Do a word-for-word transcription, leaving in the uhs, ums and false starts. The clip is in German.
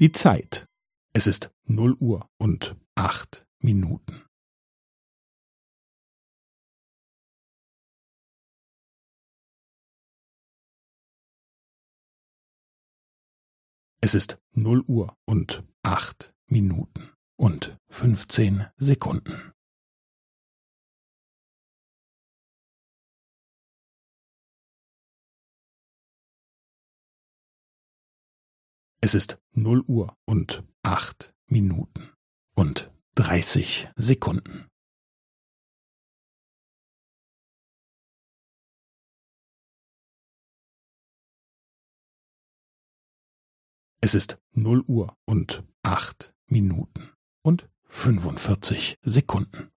Die Zeit. Es ist null Uhr und acht Minuten. Es ist null Uhr und acht Minuten und fünfzehn Sekunden. Es ist null Uhr und acht Minuten und dreißig Sekunden. Es ist null Uhr und acht Minuten und fünfundvierzig Sekunden.